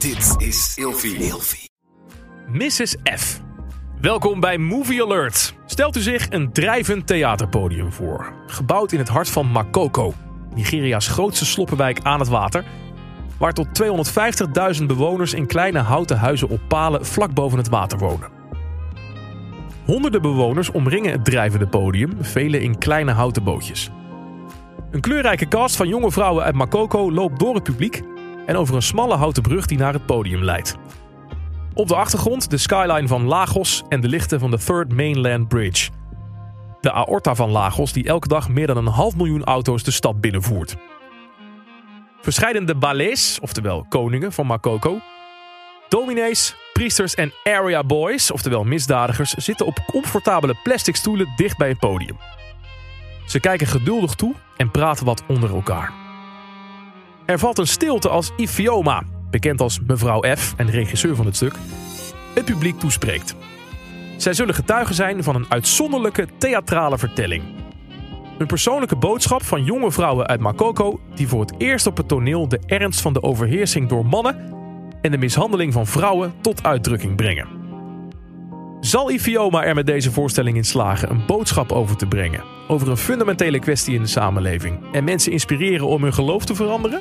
Dit is Ilfie. Mrs. F. Welkom bij Movie Alert. Stelt u zich een drijvend theaterpodium voor. Gebouwd in het hart van Makoko, Nigeria's grootste sloppenwijk aan het water, waar tot 250.000 bewoners in kleine houten huizen op palen vlak boven het water wonen. Honderden bewoners omringen het drijvende podium, velen in kleine houten bootjes. Een kleurrijke cast van jonge vrouwen uit Makoko loopt door het publiek en over een smalle houten brug die naar het podium leidt. Op de achtergrond de skyline van Lagos en de lichten van de Third Mainland Bridge. De aorta van Lagos die elke dag meer dan 500.000 auto's de stad binnenvoert. Verscheidene balets, oftewel koningen van Makoko, dominees, priesters en area boys, oftewel misdadigers, zitten op comfortabele plastic stoelen dicht bij het podium. Ze kijken geduldig toe en praten wat onder elkaar. Er valt een stilte als Ifeoma, bekend als mevrouw F en regisseur van het stuk, het publiek toespreekt. Zij zullen getuigen zijn van een uitzonderlijke theatrale vertelling. Een persoonlijke boodschap van jonge vrouwen uit Makoko die voor het eerst op het toneel de ernst van de overheersing door mannen en de mishandeling van vrouwen tot uitdrukking brengen. Zal Ifeoma er met deze voorstelling in slagen een boodschap over te brengen, over een fundamentele kwestie in de samenleving en mensen inspireren om hun geloof te veranderen?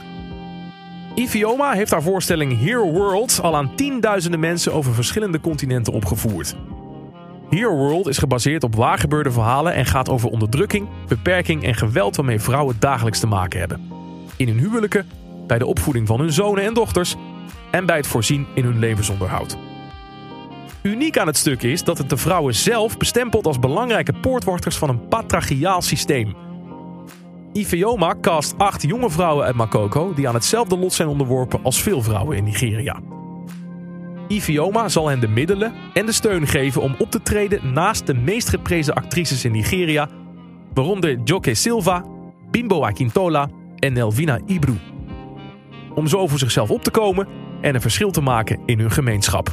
Ifeoma heeft haar voorstelling Here World al aan tienduizenden mensen over verschillende continenten opgevoerd. Here World is gebaseerd op waargebeurde verhalen en gaat over onderdrukking, beperking en geweld waarmee vrouwen dagelijks te maken hebben. In hun huwelijken, bij de opvoeding van hun zonen en dochters en bij het voorzien in hun levensonderhoud. Uniek aan het stuk is dat het de vrouwen zelf bestempelt als belangrijke poortwachters van een patriarchaal systeem. Ifeoma cast 8 jonge vrouwen uit Makoko die aan hetzelfde lot zijn onderworpen als veel vrouwen in Nigeria. Ifeoma zal hen de middelen en de steun geven om op te treden naast de meest geprezen actrices in Nigeria, waaronder Joke Silva, Bimbo Akintola en Elvina Ibru. Om zo voor zichzelf op te komen en een verschil te maken in hun gemeenschap.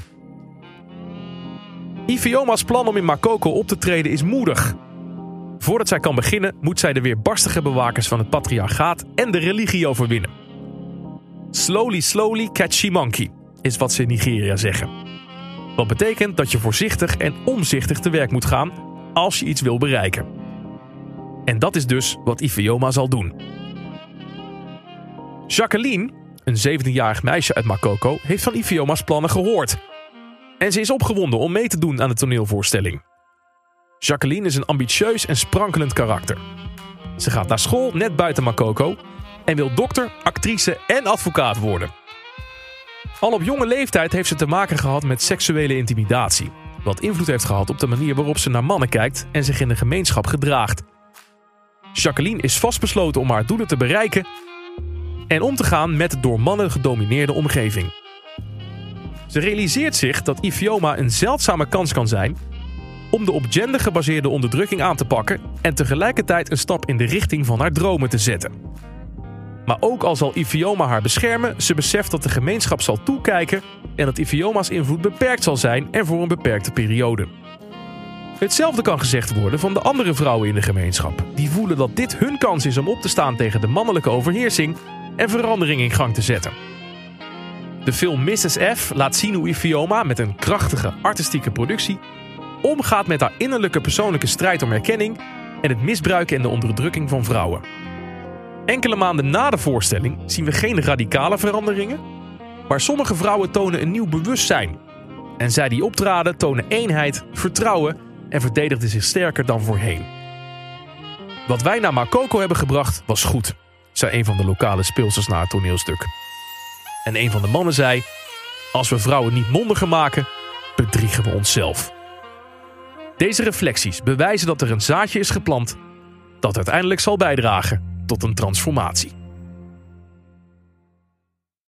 Ifeoma's plan om in Makoko op te treden is moedig. Voordat zij kan beginnen, moet zij de weerbarstige bewakers van het patriarchaat en de religie overwinnen. Slowly, slowly catch the monkey, is wat ze in Nigeria zeggen. Wat betekent dat je voorzichtig en omzichtig te werk moet gaan als je iets wil bereiken. En dat is dus wat Ifeoma zal doen. Jacqueline, een 17-jarig meisje uit Makoko, heeft van Ifeoma's plannen gehoord. En ze is opgewonden om mee te doen aan de toneelvoorstelling. Jacqueline is een ambitieus en sprankelend karakter. Ze gaat naar school net buiten Makoko en wil dokter, actrice en advocaat worden. Al op jonge leeftijd heeft ze te maken gehad met seksuele intimidatie, wat invloed heeft gehad op de manier waarop ze naar mannen kijkt en zich in de gemeenschap gedraagt. Jacqueline is vastbesloten om haar doelen te bereiken en om te gaan met de door mannen gedomineerde omgeving. Ze realiseert zich dat Ifeoma een zeldzame kans kan zijn om de op gender gebaseerde onderdrukking aan te pakken en tegelijkertijd een stap in de richting van haar dromen te zetten. Maar ook al zal Ifeoma haar beschermen, ze beseft dat de gemeenschap zal toekijken en dat Ifeoma's invloed beperkt zal zijn en voor een beperkte periode. Hetzelfde kan gezegd worden van de andere vrouwen in de gemeenschap, die voelen dat dit hun kans is om op te staan tegen de mannelijke overheersing en verandering in gang te zetten. De film Mrs. F laat zien hoe Ifeoma met een krachtige artistieke productie omgaat met haar innerlijke persoonlijke strijd om erkenning en het misbruiken en de onderdrukking van vrouwen. Enkele maanden na de voorstelling zien we geen radicale veranderingen, maar sommige vrouwen tonen een nieuw bewustzijn. En zij die optraden tonen eenheid, vertrouwen en verdedigden zich sterker dan voorheen. Wat wij naar Makoko hebben gebracht was goed, zei een van de lokale speelsters na het toneelstuk. En een van de mannen zei: als we vrouwen niet mondiger maken, bedriegen we onszelf. Deze reflecties bewijzen dat er een zaadje is geplant dat uiteindelijk zal bijdragen tot een transformatie.